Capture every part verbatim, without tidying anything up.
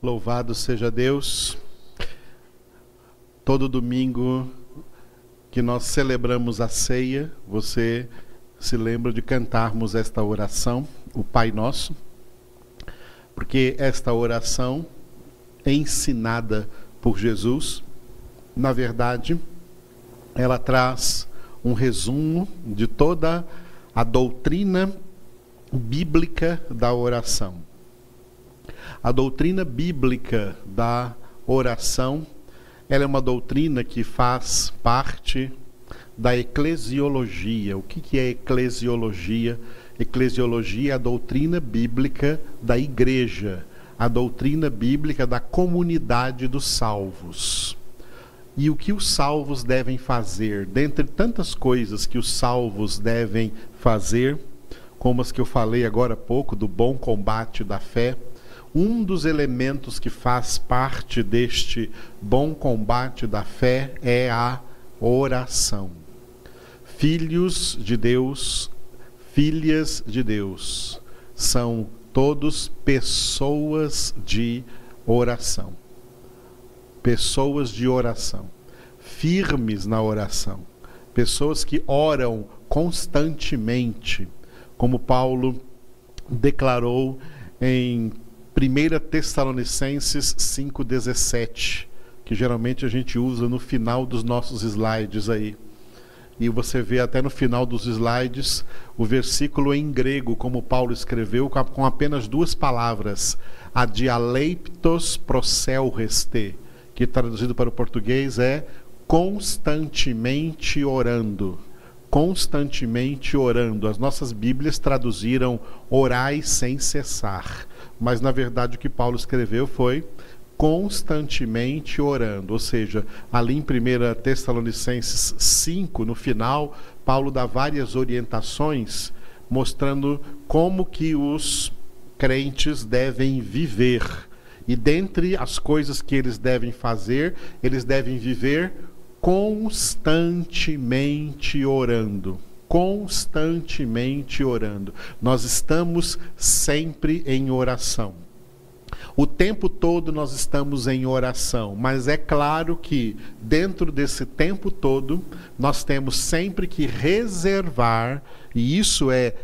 Louvado seja Deus. Todo domingo que nós celebramos a ceia, você se lembra de cantarmos esta oração, o Pai Nosso, porque esta oração é ensinada por Jesus. Na verdade, ela traz um resumo de toda a doutrina bíblica da oração. A doutrina bíblica da oração, ela é uma doutrina que faz parte da eclesiologia. O que que é eclesiologia? Eclesiologia é a doutrina bíblica da igreja, a doutrina bíblica da comunidade dos salvos. E o que os salvos devem fazer? Dentre tantas coisas que os salvos devem fazer, como as que eu falei agora há pouco, do bom combate da fé, um dos elementos que faz parte deste bom combate da fé é a oração. Filhos de Deus, filhas de Deus, são todos pessoas de oração. Pessoas de oração, firmes na oração, pessoas que oram constantemente, como Paulo declarou em primeira Tessalonicenses cinco, dezessete, que geralmente a gente usa no final dos nossos slides aí. E você vê até no final dos slides o versículo em grego, como Paulo escreveu, com apenas duas palavras, adialeiptos proselreste, que traduzido para o português é constantemente orando. Constantemente orando. As nossas Bíblias traduziram orai sem cessar. Mas, na verdade, o que Paulo escreveu foi constantemente orando. Ou seja, ali em primeira Tessalonicenses cinco, no final, Paulo dá várias orientações mostrando como que os crentes devem viver. E dentre as coisas que eles devem fazer, eles devem viver constantemente orando. Constantemente orando. Nós estamos sempre em oração. O tempo todo nós estamos em oração, mas é claro que dentro desse tempo todo nós temos sempre que reservar, e isso é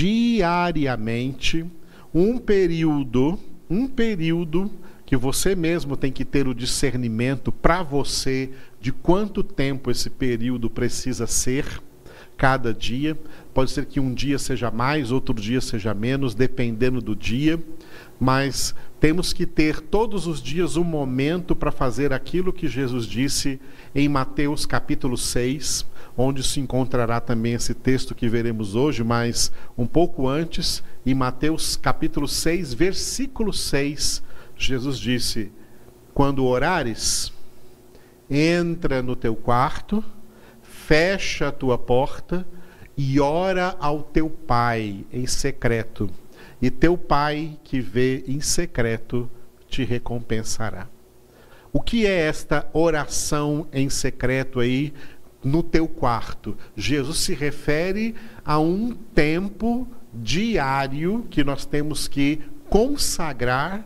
diariamente, um período, um período que você mesmo tem que ter o discernimento para você de quanto tempo esse período precisa ser. Cada dia, pode ser que um dia seja mais, outro dia seja menos, dependendo do dia, mas temos que ter todos os dias um momento para fazer aquilo que Jesus disse em Mateus capítulo seis, onde se encontrará também esse texto que veremos hoje, mas um pouco antes, em Mateus capítulo seis, versículo seis, Jesus disse: quando orares, entra no teu quarto, fecha a tua porta e ora ao teu Pai em secreto. E teu Pai que vê em secreto te recompensará. O que é esta oração em secreto aí no teu quarto? Jesus se refere a um tempo diário que nós temos que consagrar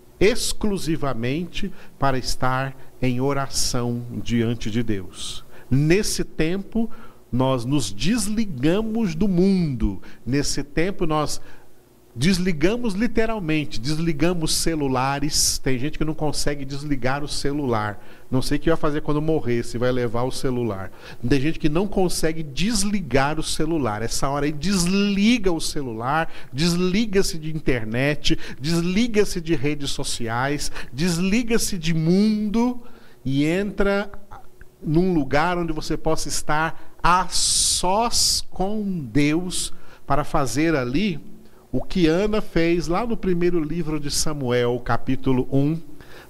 exclusivamente para estar em oração diante de Deus. Nesse tempo, nós nos desligamos do mundo. Nesse tempo, nós desligamos literalmente, desligamos celulares. Tem gente que não consegue desligar o celular. Não sei o que vai fazer quando morrer, se vai levar o celular. Tem gente que não consegue desligar o celular. Essa hora aí, desliga o celular, desliga-se de internet, desliga-se de redes sociais, desliga-se de mundo e entra num lugar onde você possa estar a sós com Deus para fazer ali o que Ana fez lá no primeiro livro de Samuel, capítulo um,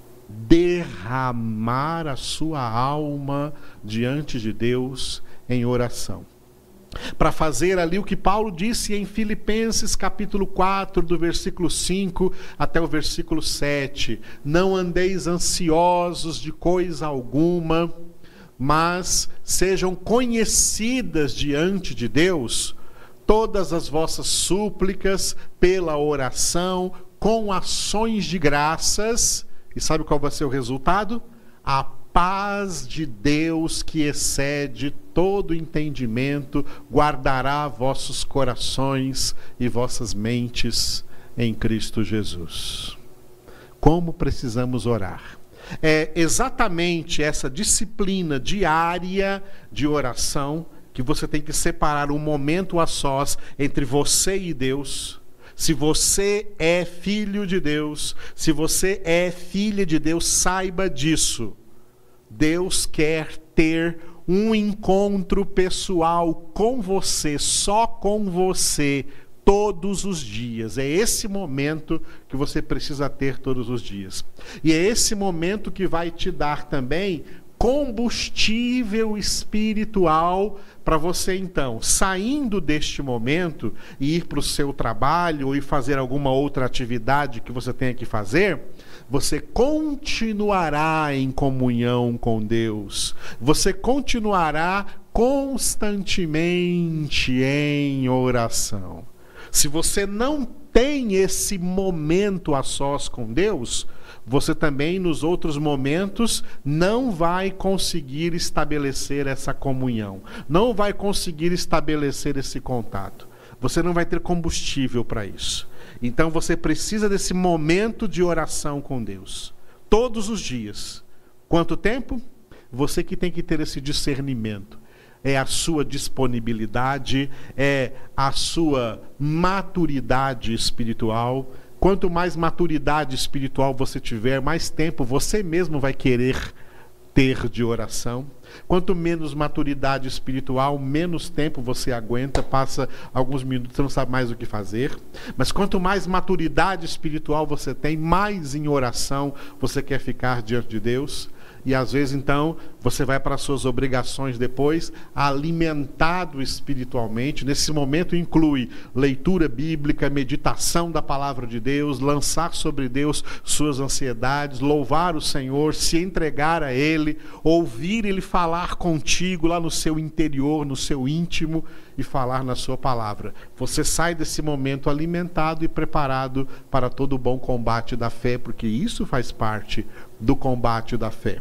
derramar a sua alma diante de Deus em oração. Para fazer ali o que Paulo disse em Filipenses capítulo quatro, do versículo cinco até o versículo sete. Não andeis ansiosos de coisa alguma, mas sejam conhecidas diante de Deus todas as vossas súplicas pela oração, com ações de graças, E sabe qual vai ser o resultado? A paz de Deus que excede todo entendimento guardará vossos corações e vossas mentes em Cristo Jesus. Como precisamos orar? É exatamente essa disciplina diária de oração que você tem que separar um momento a sós entre você e Deus. Se você é filho de Deus, se você é filha de Deus, saiba disso. Deus quer ter um encontro pessoal com você, só com você, todos os dias. É esse momento que você precisa ter todos os dias. E é esse momento que vai te dar também combustível espiritual para você, então, saindo deste momento e ir para o seu trabalho ou ir fazer alguma outra atividade que você tenha que fazer, você continuará em comunhão com Deus. Você continuará constantemente em oração. Se você não tem esse momento a sós com Deus, você também nos outros momentos não vai conseguir estabelecer essa comunhão, não vai conseguir estabelecer esse contato. Você não vai ter combustível para isso. Então você precisa desse momento de oração com Deus, todos os dias. Quanto tempo? Você que tem que ter esse discernimento. É a sua disponibilidade, é a sua maturidade espiritual. Quanto mais maturidade espiritual você tiver, mais tempo você mesmo vai querer ter de oração. Quanto menos maturidade espiritual, menos tempo você aguenta, passa alguns minutos, você não sabe mais o que fazer. Mas quanto mais maturidade espiritual você tem, mais em oração você quer ficar diante de Deus. E às vezes, então, você vai para as suas obrigações depois, alimentado espiritualmente. Nesse momento inclui leitura bíblica, meditação da palavra de Deus, lançar sobre Deus suas ansiedades, louvar o Senhor, se entregar a Ele, ouvir Ele falar contigo lá no seu interior, no seu íntimo, e falar na sua palavra. Você sai desse momento alimentado e preparado para todo o bom combate da fé, porque isso faz parte do combate da fé.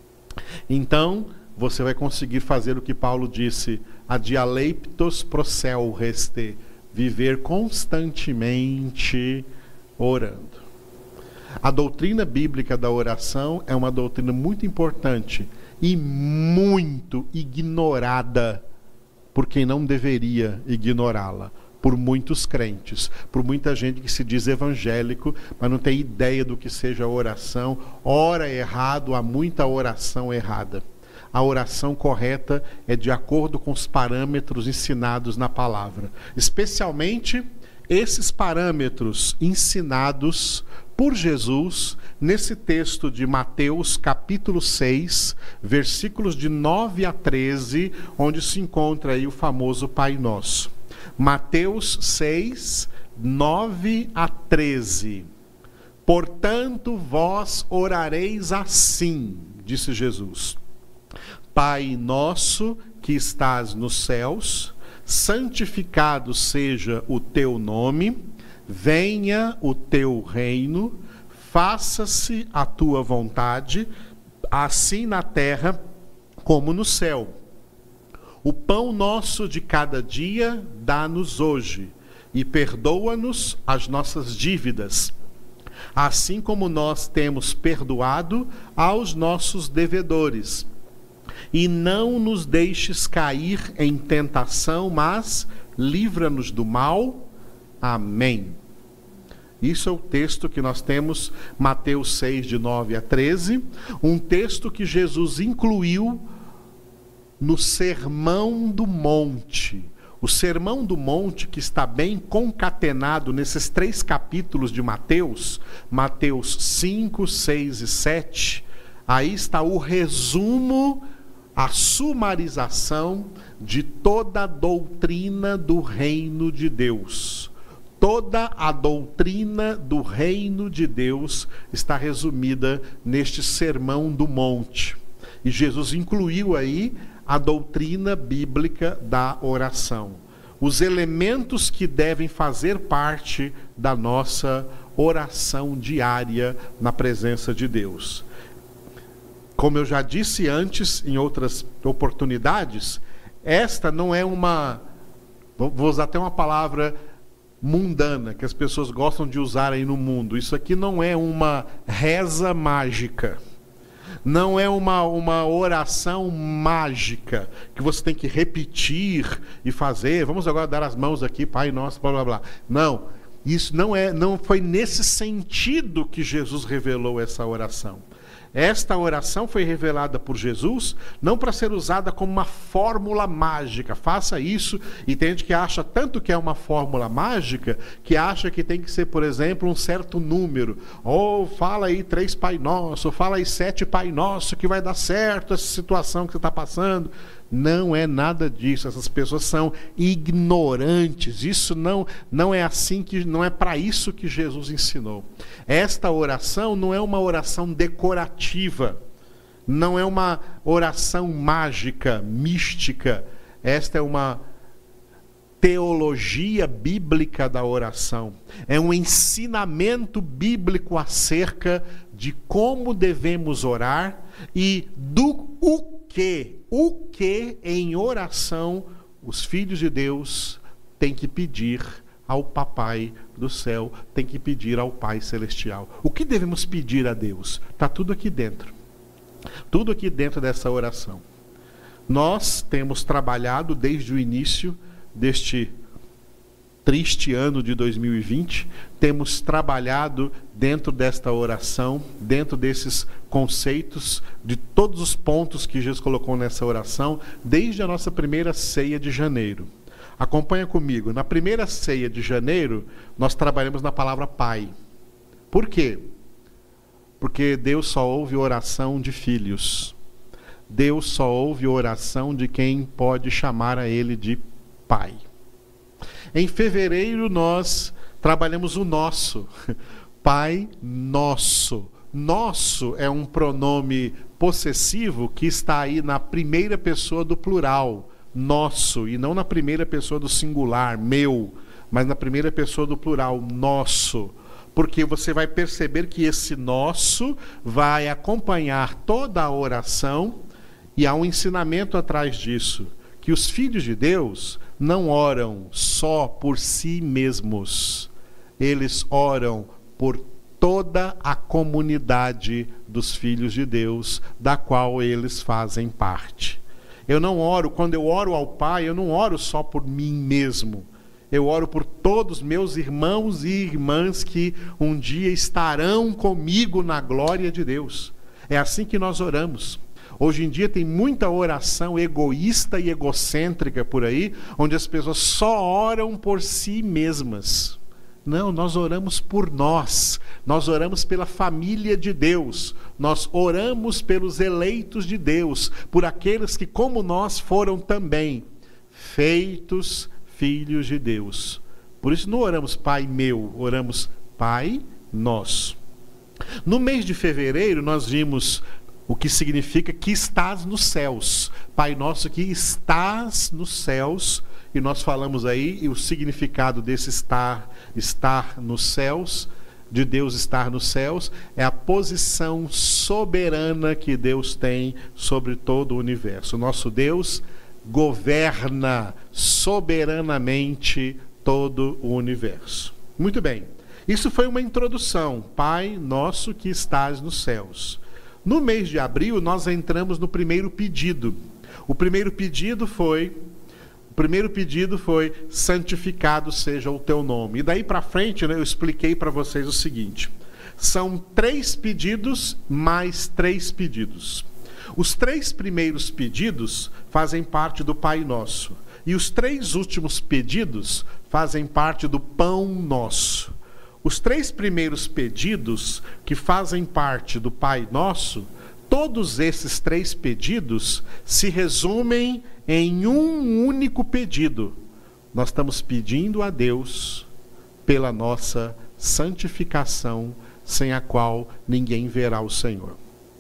Então, você vai conseguir fazer o que Paulo disse, adialeiptos prosel reste, viver constantemente orando. A doutrina bíblica da oração é uma doutrina muito importante e muito ignorada por quem não deveria ignorá-la, por muitos crentes, por muita gente que se diz evangélico, mas não tem ideia do que seja oração. Ora errado, há muita oração errada. A oração correta é de acordo com os parâmetros ensinados na palavra, especialmente esses parâmetros ensinados por Jesus nesse texto de Mateus capítulo seis, versículos de nove a treze, onde se encontra aí o famoso Pai Nosso. Mateus seis, nove a treze. Portanto, vós orareis assim, disse Jesus: Pai nosso que estás nos céus, santificado seja o teu nome, venha o teu reino, faça-se a tua vontade, assim na terra como no céu. O pão nosso de cada dia dá-nos hoje, e perdoa-nos as nossas dívidas, assim como nós temos perdoado aos nossos devedores. E não nos deixes cair em tentação, mas livra-nos do mal. Amém. Isso é o texto que nós temos, Mateus seis, de nove a treze, um texto que Jesus incluiu no Sermão do Monte. O Sermão do Monte, que está bem concatenado nesses três capítulos de Mateus, Mateus cinco, seis e sete, aí está o resumo, a sumarização de toda a doutrina do reino de Deus. Toda a doutrina do reino de Deus está resumida neste Sermão do Monte. E Jesus incluiu aí a doutrina bíblica da oração, os elementos que devem fazer parte da nossa oração diária na presença de Deus. Como eu já disse antes, em outras oportunidades, esta não é uma, vou usar até uma palavra mundana, que as pessoas gostam de usar aí no mundo. Isso aqui não é uma reza mágica. Não é uma, uma oração mágica que você tem que repetir e fazer. Vamos agora dar as mãos aqui, Pai Nosso, blá, blá, blá. Não, isso não, é, não foi nesse sentido que Jesus revelou essa oração. Esta oração foi revelada por Jesus não para ser usada como uma fórmula mágica. Faça isso. E tem gente que acha tanto que é uma fórmula mágica, que acha que tem que ser, por exemplo, um certo número. Ou fala aí três Pai Nosso, ou fala aí sete Pai Nosso, que vai dar certo essa situação que você está passando. Não é nada disso. Essas pessoas são ignorantes. Isso não, não é assim, que não é para isso que Jesus ensinou. Esta oração não é uma oração decorativa, não é uma oração mágica, mística. Esta é uma teologia bíblica da oração. É um ensinamento bíblico acerca de como devemos orar e do o que, o que em oração os filhos de Deus têm que pedir ao Papai do céu, têm que pedir ao Pai celestial. O que devemos pedir a Deus? Está tudo aqui dentro. Tudo aqui dentro dessa oração. Nós temos trabalhado desde o início deste triste ano de dois mil e vinte, temos trabalhado dentro desta oração, dentro desses conceitos, de todos os pontos que Jesus colocou nessa oração, desde a nossa primeira ceia de janeiro. Acompanha comigo. Na primeira ceia de janeiro, nós trabalhamos na palavra Pai. Por quê? Porque Deus só ouve oração de filhos. Deus só ouve oração de quem pode chamar a Ele de Pai. Em fevereiro nós trabalhamos o nosso. Pai Nosso. Nosso é um pronome possessivo que está aí na primeira pessoa do plural. Nosso, e não na primeira pessoa do singular, meu, mas na primeira pessoa do plural, nosso. Porque você vai perceber que esse nosso vai acompanhar toda a oração e há um ensinamento atrás disso. Que os filhos de Deus não oram só por si mesmos. Eles oram por toda a comunidade dos filhos de Deus, da qual eles fazem parte. Eu não oro, quando eu oro ao Pai, eu não oro só por mim mesmo. Eu oro por todos meus irmãos e irmãs que um dia estarão comigo na glória de Deus. É assim que nós oramos. Hoje em dia tem muita oração egoísta e egocêntrica por aí, onde as pessoas só oram por si mesmas. Não, nós oramos por nós. Nós oramos pela família de Deus. Nós oramos pelos eleitos de Deus, por aqueles que, como nós, foram também feitos filhos de Deus. Por isso não oramos Pai meu, oramos Pai nosso. No mês de fevereiro nós vimos o que significa que estás nos céus. Pai nosso que estás nos céus. E nós falamos aí e o significado desse estar, estar nos céus, de Deus estar nos céus, é a posição soberana que Deus tem sobre todo o universo. Nosso Deus governa soberanamente todo o universo. Muito bem. Isso foi uma introdução. Pai nosso que estás nos céus. No mês de abril, nós entramos no primeiro pedido. O primeiro pedido foi, o primeiro pedido foi, santificado seja o teu nome. E daí para frente, né, eu expliquei para vocês o seguinte, são três pedidos mais três pedidos. Os três primeiros pedidos fazem parte do Pai Nosso. E os três últimos pedidos fazem parte do Pão Nosso. Os três primeiros pedidos que fazem parte do Pai Nosso, todos esses três pedidos se resumem em um único pedido. Nós estamos pedindo a Deus pela nossa santificação, sem a qual ninguém verá o Senhor.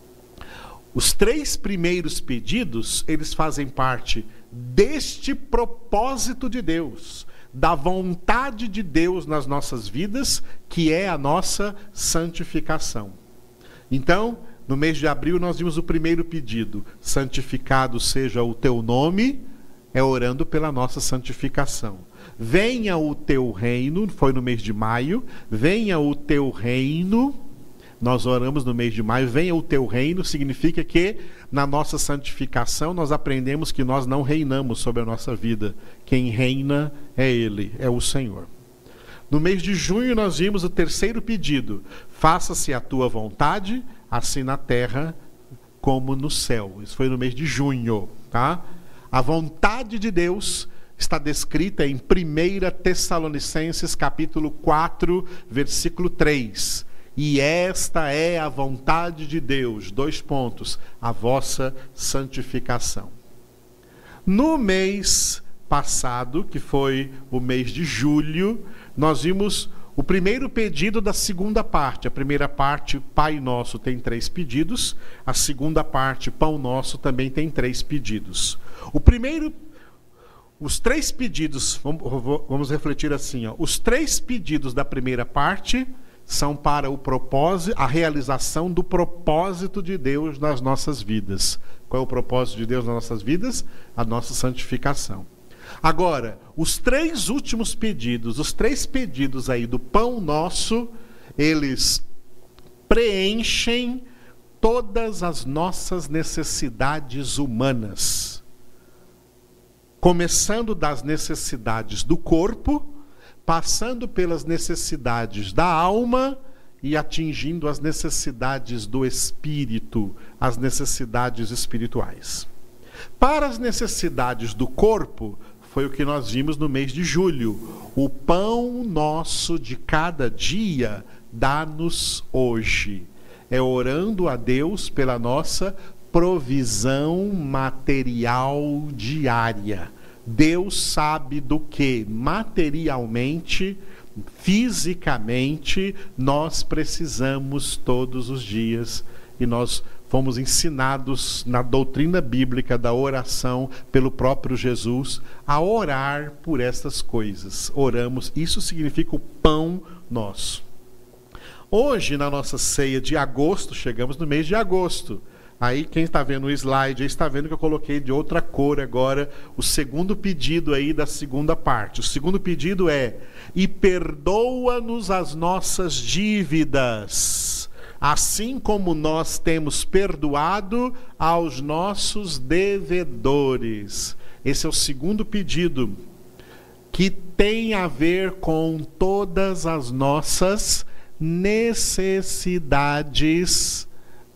Os três primeiros pedidos, eles fazem parte deste propósito de Deus, da vontade de Deus nas nossas vidas, que é a nossa santificação. Então, no mês de abril nós vimos o primeiro pedido: santificado seja o teu nome, é orando pela nossa santificação. Venha o teu reino, foi no mês de maio, venha o teu reino, nós oramos no mês de maio, venha o teu reino, significa que na nossa santificação nós aprendemos que nós não reinamos sobre a nossa vida. Quem reina é Ele, é o Senhor. No mês de junho nós vimos o terceiro pedido: faça-se a tua vontade, assim na terra como no céu. Isso foi no mês de junho, tá? A vontade de Deus está descrita em primeira Tessalonicenses capítulo quatro, versículo três. E esta é a vontade de Deus, dois pontos, a vossa santificação. No mês passado, que foi o mês de julho, nós vimos o primeiro pedido da segunda parte. A primeira parte, Pai Nosso, tem três pedidos. A segunda parte, Pão Nosso, também tem três pedidos. O primeiro, os três pedidos, vamos, vamos refletir assim, ó, os três pedidos da primeira parte são para o propósito, a realização do propósito de Deus nas nossas vidas. Qual é o propósito de Deus nas nossas vidas? A nossa santificação. Agora, os três últimos pedidos, os três pedidos aí do Pão Nosso, eles preenchem todas as nossas necessidades humanas. Começando das necessidades do corpo, passando pelas necessidades da alma e atingindo as necessidades do espírito, as necessidades espirituais. Para as necessidades do corpo, foi o que nós vimos no mês de julho. O pão nosso de cada dia, dá-nos hoje. É orando a Deus pela nossa provisão material diária. Deus sabe do que materialmente, fisicamente, nós precisamos todos os dias. E nós fomos ensinados na doutrina bíblica da oração pelo próprio Jesus a orar por essas coisas. Oramos, isso significa o pão nosso. Hoje, na nossa ceia de agosto, chegamos no mês de agosto. Aí quem está vendo o slide aí está vendo que eu coloquei de outra cor agora o segundo pedido aí da segunda parte. O segundo pedido é: e perdoa-nos as nossas dívidas, assim como nós temos perdoado aos nossos devedores. Esse é o segundo pedido, que tem a ver com todas as nossas necessidades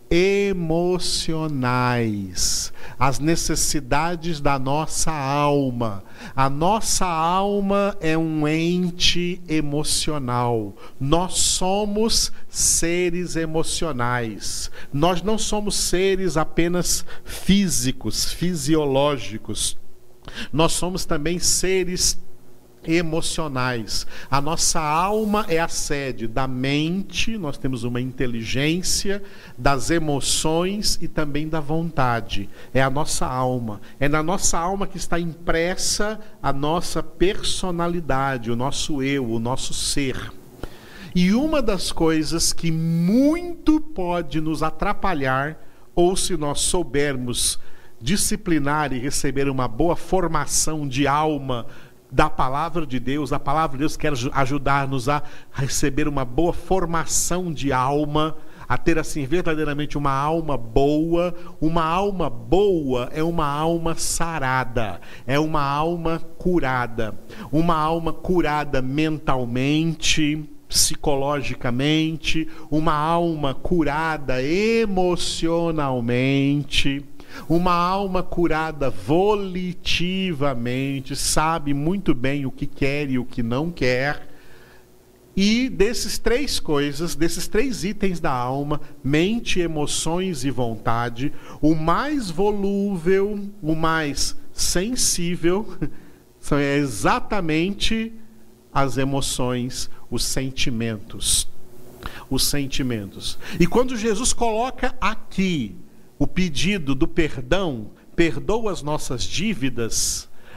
emocionais, as necessidades da nossa alma. A nossa alma é um ente emocional. Nós somos seres emocionais. Nós não somos seres apenas físicos, fisiológicos. Nós somos também seres emocionais. A nossa alma é a sede da mente, nós temos uma inteligência, das emoções e também da vontade. É a nossa alma. É na nossa alma que está impressa a nossa personalidade, o nosso eu, o nosso ser. E uma das coisas que muito pode nos atrapalhar, ou se nós soubermos disciplinar e receber uma boa formação de alma da palavra de Deus, a palavra de Deus quer ajudar-nos a receber uma boa formação de alma, a ter assim verdadeiramente uma alma boa. Uma alma boa é uma alma sarada, é uma alma curada, uma alma curada mentalmente, psicologicamente, uma alma curada emocionalmente. Uma alma curada volitivamente, sabe muito bem o que quer e o que não quer. E desses três coisas, desses três itens da alma, mente, emoções e vontade, o mais volúvel, o mais sensível, são exatamente as emoções, os sentimentos. Os sentimentos. E quando Jesus coloca aqui o pedido do perdão, perdoa as nossas dívidas,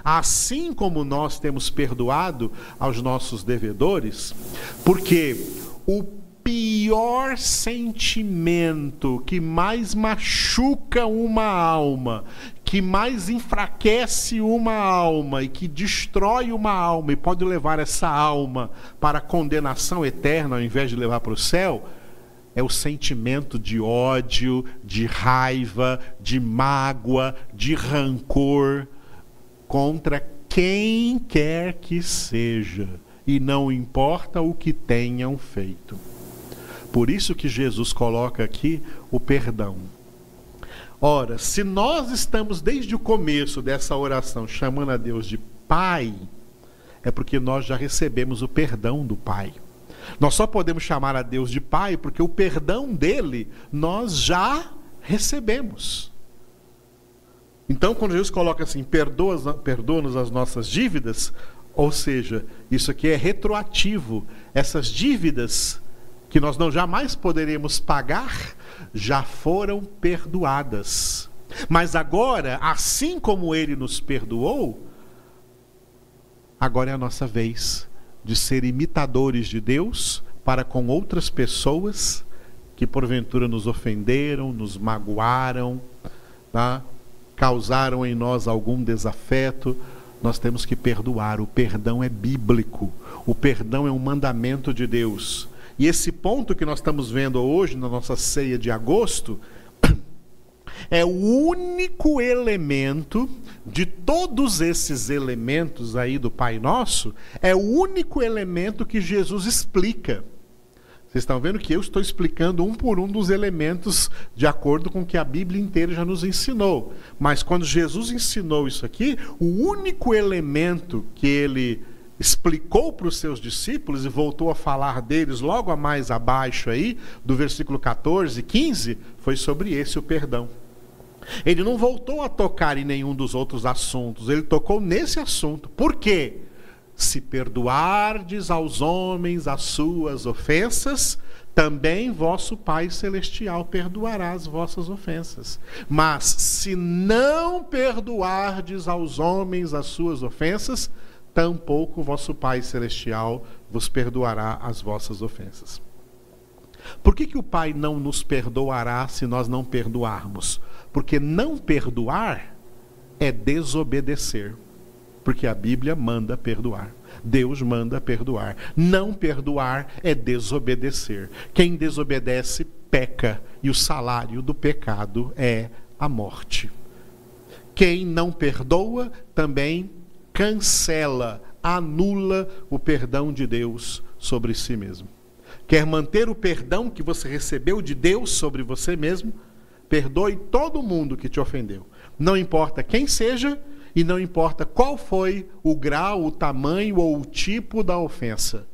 assim como nós temos perdoado aos nossos devedores, porque o pior sentimento que mais machuca uma alma, que mais enfraquece uma alma e que destrói uma alma e pode levar essa alma para a condenação eterna ao invés de levar para o céu, é o sentimento de ódio, de raiva, de mágoa, de rancor contra quem quer que seja, e não importa o que tenham feito. Por isso que Jesus coloca aqui o perdão. Ora, se nós estamos desde o começo dessa oração chamando a Deus de Pai, é porque nós já recebemos o perdão do Pai. Nós só podemos chamar a Deus de Pai porque o perdão dele nós já recebemos. Então, quando Jesus coloca assim, perdoa, perdoa-nos as nossas dívidas, ou seja, isso aqui é retroativo. Essas dívidas que nós não jamais poderíamos pagar, já foram perdoadas. Mas agora, assim como ele nos perdoou, agora é a nossa vez de ser imitadores de Deus para com outras pessoas que porventura nos ofenderam, nos magoaram, tá? Causaram em nós algum desafeto. Nós temos que perdoar. O perdão é bíblico. O perdão é um mandamento de Deus. E esse ponto que nós estamos vendo hoje na nossa ceia de agosto é o único elemento de todos esses elementos aí do Pai Nosso, é o único elemento que Jesus explica. Vocês estão vendo que eu estou explicando um por um dos elementos de acordo com o que a Bíblia inteira já nos ensinou. Mas quando Jesus ensinou isso aqui, o único elemento que ele explicou para os seus discípulos e voltou a falar deles logo a mais abaixo aí, do versículo catorze, quinze, foi sobre esse o perdão. Ele não voltou a tocar em nenhum dos outros assuntos, ele tocou nesse assunto. Por quê? Se perdoardes aos homens as suas ofensas, também vosso Pai Celestial perdoará as vossas ofensas. Mas se não perdoardes aos homens as suas ofensas, tampouco vosso Pai Celestial vos perdoará as vossas ofensas. Por que que o Pai não nos perdoará se nós não perdoarmos? Porque não perdoar é desobedecer. Porque a Bíblia manda perdoar. Deus manda perdoar. Não perdoar é desobedecer. Quem desobedece, peca. E o salário do pecado é a morte. Quem não perdoa, também cancela, anula o perdão de Deus sobre si mesmo. Quer manter o perdão que você recebeu de Deus sobre você mesmo? Perdoe todo mundo que te ofendeu. Não importa quem seja e não importa qual foi o grau, o tamanho ou o tipo da ofensa.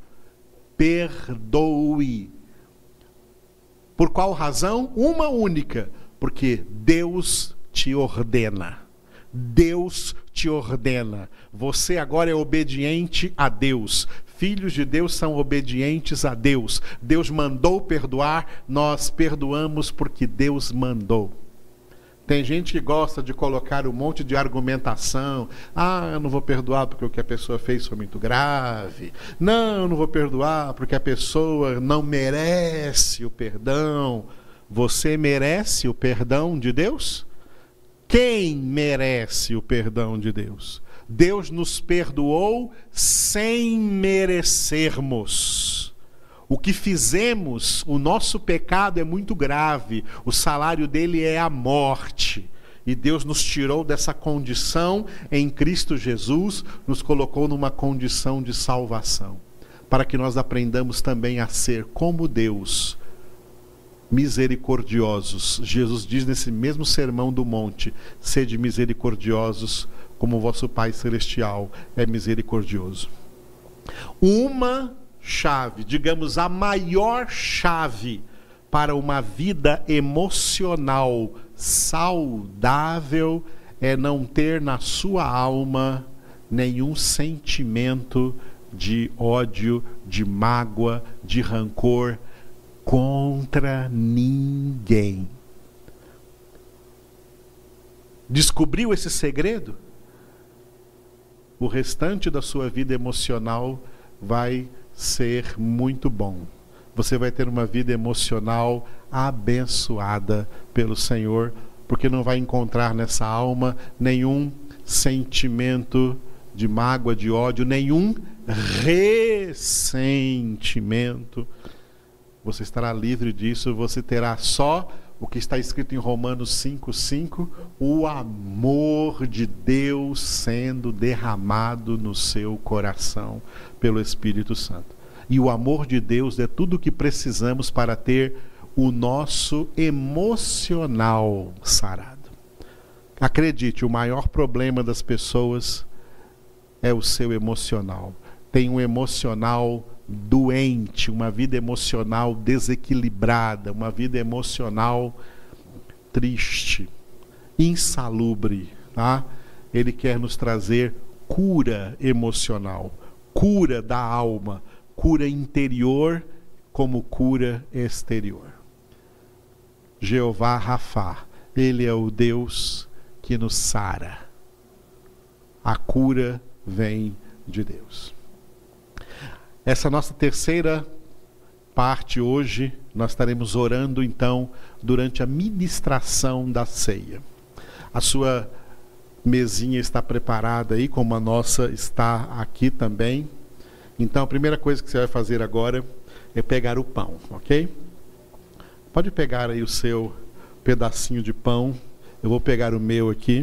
Perdoe. Por qual razão? Uma única. Porque Deus te ordena. Deus te ordena. Você agora é obediente a Deus. Filhos de Deus são obedientes a Deus. Deus mandou perdoar, nós perdoamos porque Deus mandou. Tem gente que gosta de colocar um monte de argumentação. Ah, eu não vou perdoar porque o que a pessoa fez foi muito grave. Não, eu não vou perdoar porque a pessoa não merece o perdão. Você merece o perdão de Deus? Quem merece o perdão de Deus? Deus nos perdoou sem merecermos. O que fizemos, o nosso pecado é muito grave. O salário dele é a morte. E Deus nos tirou dessa condição em Cristo Jesus, nos colocou numa condição de salvação, para que nós aprendamos também a ser como Deus, misericordiosos. Jesus diz nesse mesmo sermão do monte: sede misericordiosos, como o vosso Pai Celestial é misericordioso. Uma chave, digamos a maior chave para uma vida emocional saudável é não ter na sua alma nenhum sentimento de ódio, de mágoa, de rancor contra ninguém. Descobriu esse segredo? o restante da sua vida emocional vai ser muito bom. Você vai ter uma vida emocional abençoada pelo Senhor, porque não vai encontrar nessa alma nenhum sentimento de mágoa, de ódio, nenhum ressentimento. Você estará livre disso, você terá só o que está escrito em Romanos cinco, cinco, o amor de Deus sendo derramado no seu coração pelo Espírito Santo. E o amor de Deus é tudo o que precisamos para ter o nosso emocional sarado. Acredite, o maior problema das pessoas é o seu emocional. Tem um emocional doente, uma vida emocional desequilibrada, uma vida emocional triste, insalubre, tá? Ele quer nos trazer cura emocional, cura da alma, cura interior como cura exterior. Jeová Rafá, Ele é o Deus que nos sara. A cura vem de Deus. Essa nossa terceira parte hoje, nós estaremos orando então durante a ministração da ceia. A sua mesinha está preparada aí, como a nossa está aqui também. Então a primeira coisa que você vai fazer agora é pegar o pão, ok? Pode pegar aí o seu pedacinho de pão. Eu vou pegar o meu aqui.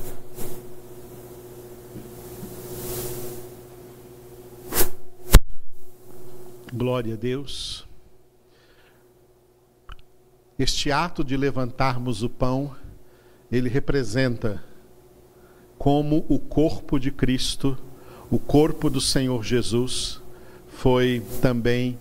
Glória a Deus. Este ato de levantarmos o pão, ele representa como o corpo de Cristo, o corpo do Senhor Jesus, foi também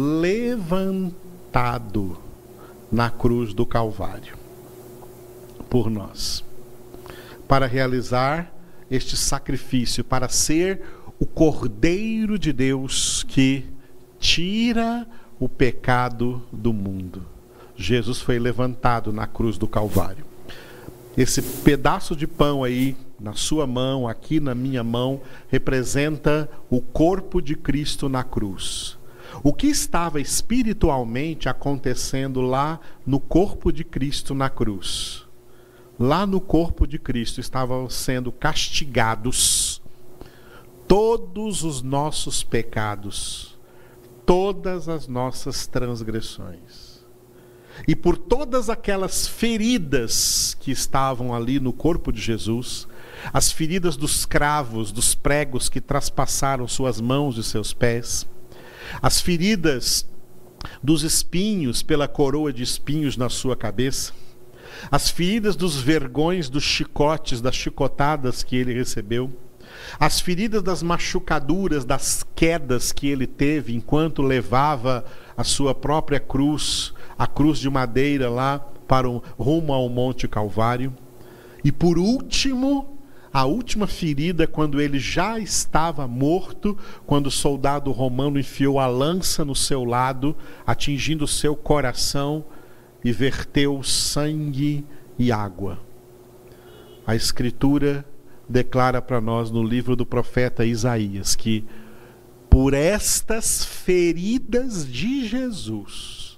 levantado na cruz do Calvário por nós, para realizar este sacrifício, para ser o Cordeiro de Deus que tira o pecado do mundo. Jesus foi levantado na cruz do Calvário. Esse pedaço de pão aí, na sua mão, aqui na minha mão, representa o corpo de Cristo na cruz. O que estava espiritualmente acontecendo lá no corpo de Cristo na cruz? Lá no corpo de Cristo estavam sendo castigados todos os nossos pecados, todas as nossas transgressões. E por todas aquelas feridas que estavam ali no corpo de Jesus, as feridas dos cravos, dos pregos que traspassaram suas mãos e seus pés, as feridas dos espinhos pela coroa de espinhos na sua cabeça, as feridas dos vergões, dos chicotes, das chicotadas que ele recebeu, as feridas das machucaduras, das quedas que ele teve enquanto levava a sua própria cruz, a cruz de madeira lá para o, rumo ao Monte Calvário. E por último, a última ferida, quando ele já estava morto, quando o soldado romano enfiou a lança no seu lado, atingindo o seu coração e verteu sangue e água. A Escritura declara para nós no livro do profeta Isaías que por estas feridas de Jesus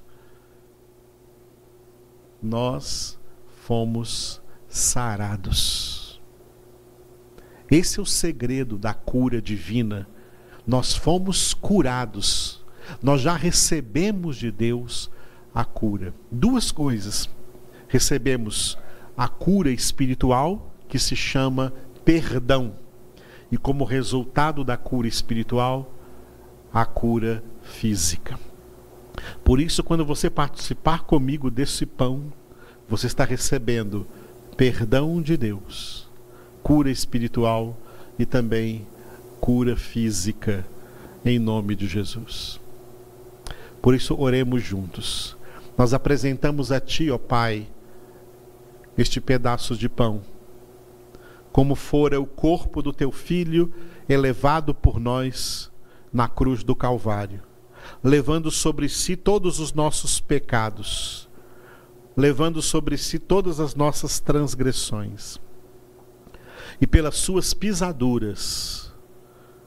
nós fomos sarados. Esse é o segredo da cura divina. Nós fomos curados. Nós já recebemos de Deus a cura. Duas coisas. Recebemos a cura espiritual, que se chama perdão, e como resultado da cura espiritual, a cura física. Por isso, quando você participar comigo desse pão, você está recebendo perdão de Deus, cura espiritual e também cura física, em nome de Jesus. Por isso, oremos juntos. Nós apresentamos a Ti, ó Pai, este pedaço de pão, como fora o corpo do Teu Filho elevado por nós na cruz do Calvário, levando sobre si todos os nossos pecados, levando sobre si todas as nossas transgressões. E pelas suas pisaduras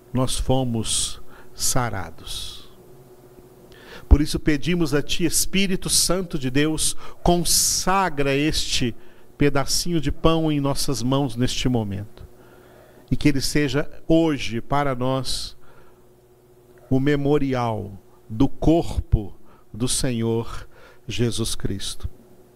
nós fomos sarados. Por isso pedimos a Ti, Espírito Santo de Deus, consagra este pedacinho de pão em nossas mãos neste momento. E que ele seja hoje para nós o memorial do corpo do Senhor Jesus Cristo.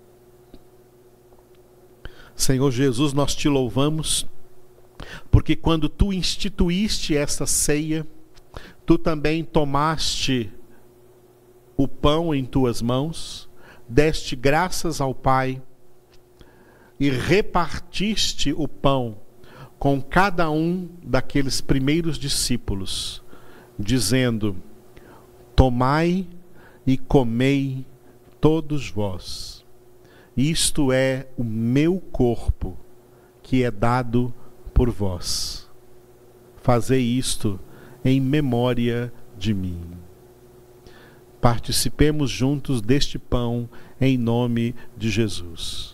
Senhor Jesus, nós Te louvamos, porque quando Tu instituíste esta ceia, Tu também tomaste o pão em Tuas mãos, deste graças ao Pai e repartiste o pão com cada um daqueles primeiros discípulos, dizendo: tomai e comei todos vós, isto é o meu corpo, que é dado por vós. Fazei isto em memória de mim. Participemos juntos deste pão em nome de Jesus.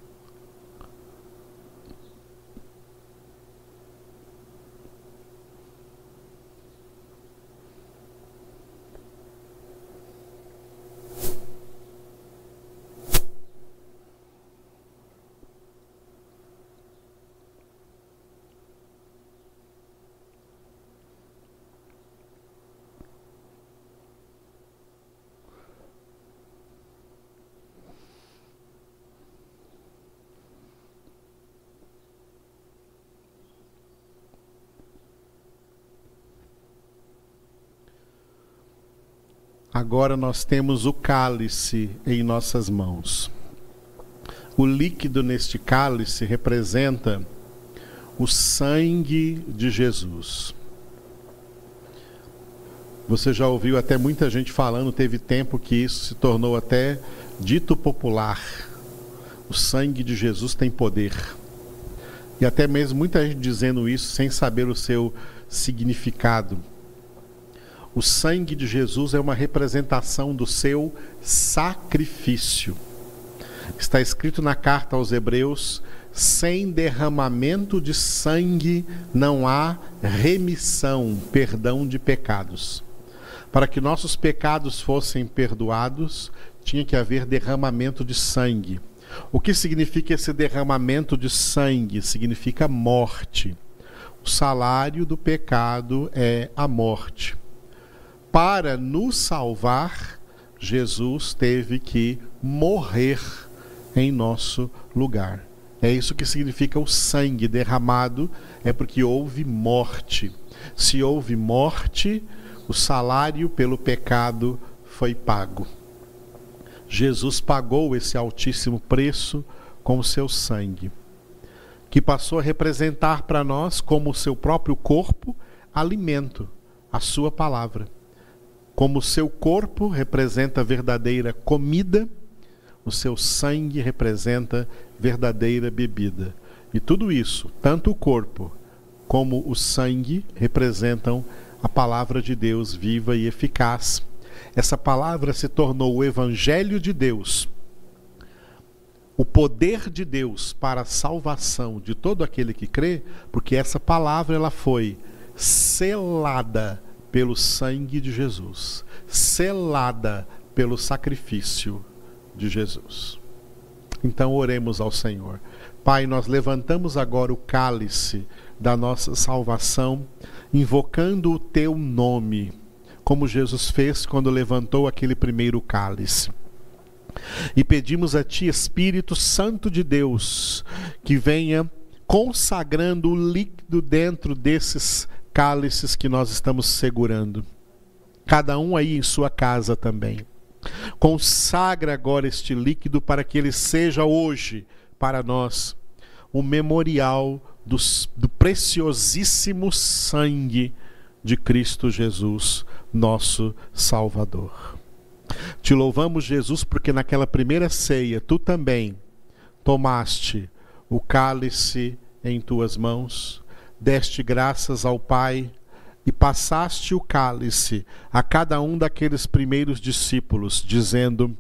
Agora nós temos o cálice em nossas mãos. O líquido neste cálice representa o sangue de Jesus. Você já ouviu até muita gente falando, teve tempo que isso se tornou até dito popular. O sangue de Jesus tem poder. E até mesmo muita gente dizendo isso sem saber o seu significado. O sangue de Jesus é uma representação do seu sacrifício. Está escrito na carta aos Hebreus: sem derramamento de sangue não há remissão, perdão de pecados. Para que nossos pecados fossem perdoados, tinha que haver derramamento de sangue. O que significa esse derramamento de sangue? Significa morte. O salário do pecado é a morte. Para nos salvar, Jesus teve que morrer em nosso lugar. É isso que significa o sangue derramado, é porque houve morte. Se houve morte, o salário pelo pecado foi pago. Jesus pagou esse altíssimo preço com o seu sangue, que passou a representar para nós, como o seu próprio corpo, alimento, a sua palavra. Como o seu corpo representa verdadeira comida, o seu sangue representa verdadeira bebida. E tudo isso, tanto o corpo como o sangue, representam a palavra de Deus viva e eficaz. Essa palavra se tornou o Evangelho de Deus, o poder de Deus para a salvação de todo aquele que crê, porque essa palavra ela foi selada pelo sangue de Jesus, selada pelo sacrifício de Jesus. Então oremos ao Senhor. Pai, nós levantamos agora o cálice da nossa salvação, invocando o Teu nome, como Jesus fez quando levantou aquele primeiro cálice. E pedimos a Ti, Espírito Santo de Deus, que venha consagrando o líquido dentro desses cálices que nós estamos segurando. Cada um aí em sua casa também. Consagra agora este líquido para que ele seja hoje, para nós, o memorial dos, do preciosíssimo sangue de Cristo Jesus, nosso Salvador. Te louvamos, Jesus, porque naquela primeira ceia, Tu também tomaste o cálice em Tuas mãos, deste graças ao Pai e passaste o cálice a cada um daqueles primeiros discípulos, dizendo: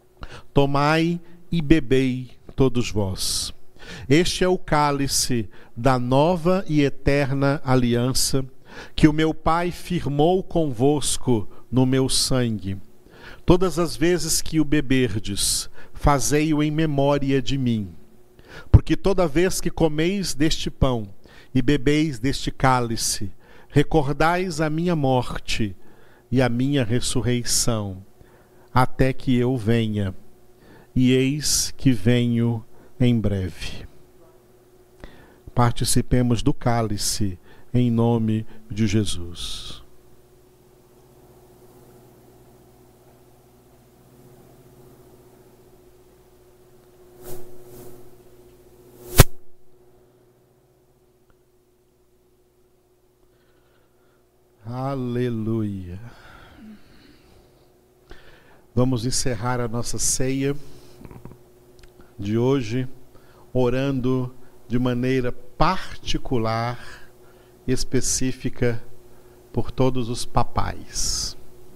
tomai e bebei todos vós. Este é o cálice da nova e eterna aliança, que o meu Pai firmou convosco no meu sangue. Todas as vezes que o beberdes, fazei-o em memória de mim. Porque toda vez que comeis deste pão e bebeis deste cálice, recordais a minha morte e a minha ressurreição, até que eu venha. E eis que venho em breve. Participemos do cálice em nome de Jesus. Aleluia. Vamos encerrar a nossa ceia de hoje orando de maneira particular, específica, por todos os papais.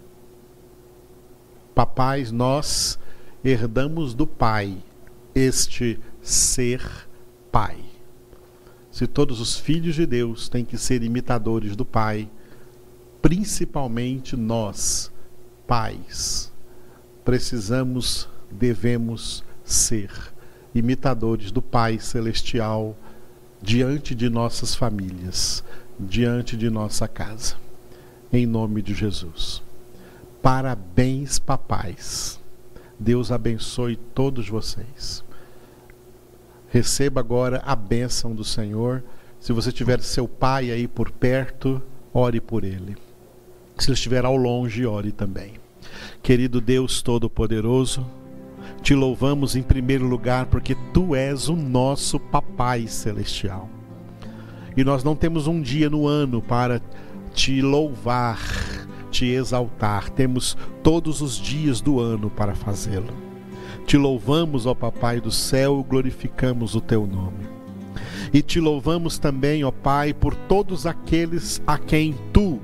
Papais, nós herdamos do Pai este ser Pai. Se todos os filhos de Deus têm que ser imitadores do Pai, principalmente nós, pais, precisamos, devemos ser imitadores do Pai Celestial diante de nossas famílias, diante de nossa casa. Em nome de Jesus. Parabéns, papais. Deus abençoe todos vocês. Receba agora a bênção do Senhor. Se você tiver seu pai aí por perto, ore por ele. Se ele estiver ao longe, ore também. Querido Deus Todo-Poderoso, te louvamos em primeiro lugar porque tu és o nosso Papai Celestial. E nós não temos um dia no ano para te louvar, te exaltar. Temos todos os dias do ano para fazê-lo. Te louvamos, ó Papai do céu, glorificamos o teu nome. E te louvamos também, ó Pai, por todos aqueles a quem tu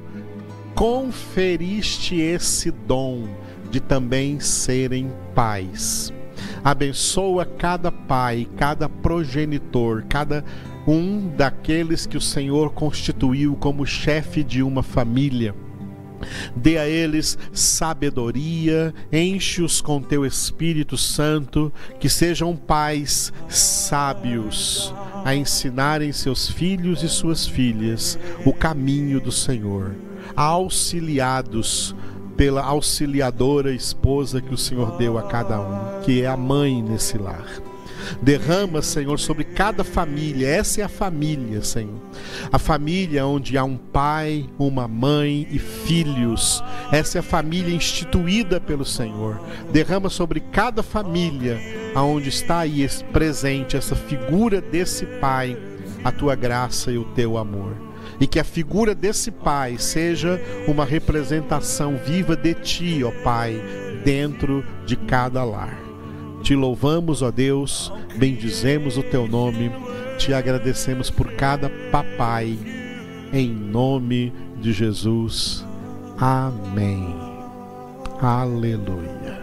conferiste esse dom de também serem pais. Abençoa cada pai, cada progenitor, cada um daqueles que o Senhor constituiu como chefe de uma família. Dê a eles sabedoria, enche-os com teu Espírito Santo, que sejam pais sábios a ensinarem seus filhos e suas filhas o caminho do Senhor, auxiliados pela auxiliadora esposa que o Senhor deu a cada um, que é a mãe nesse lar. Derrama, Senhor, sobre cada família. Essa é a família, Senhor. A família onde há um pai, uma mãe e filhos. Essa é a família instituída pelo Senhor. Derrama sobre cada família aonde está aí presente essa figura desse pai, a tua graça e o teu amor. E que a figura desse pai seja uma representação viva de ti, ó Pai, dentro de cada lar. Te louvamos, ó Deus, bendizemos o teu nome, te agradecemos por cada papai, em nome de Jesus. Amém. Aleluia.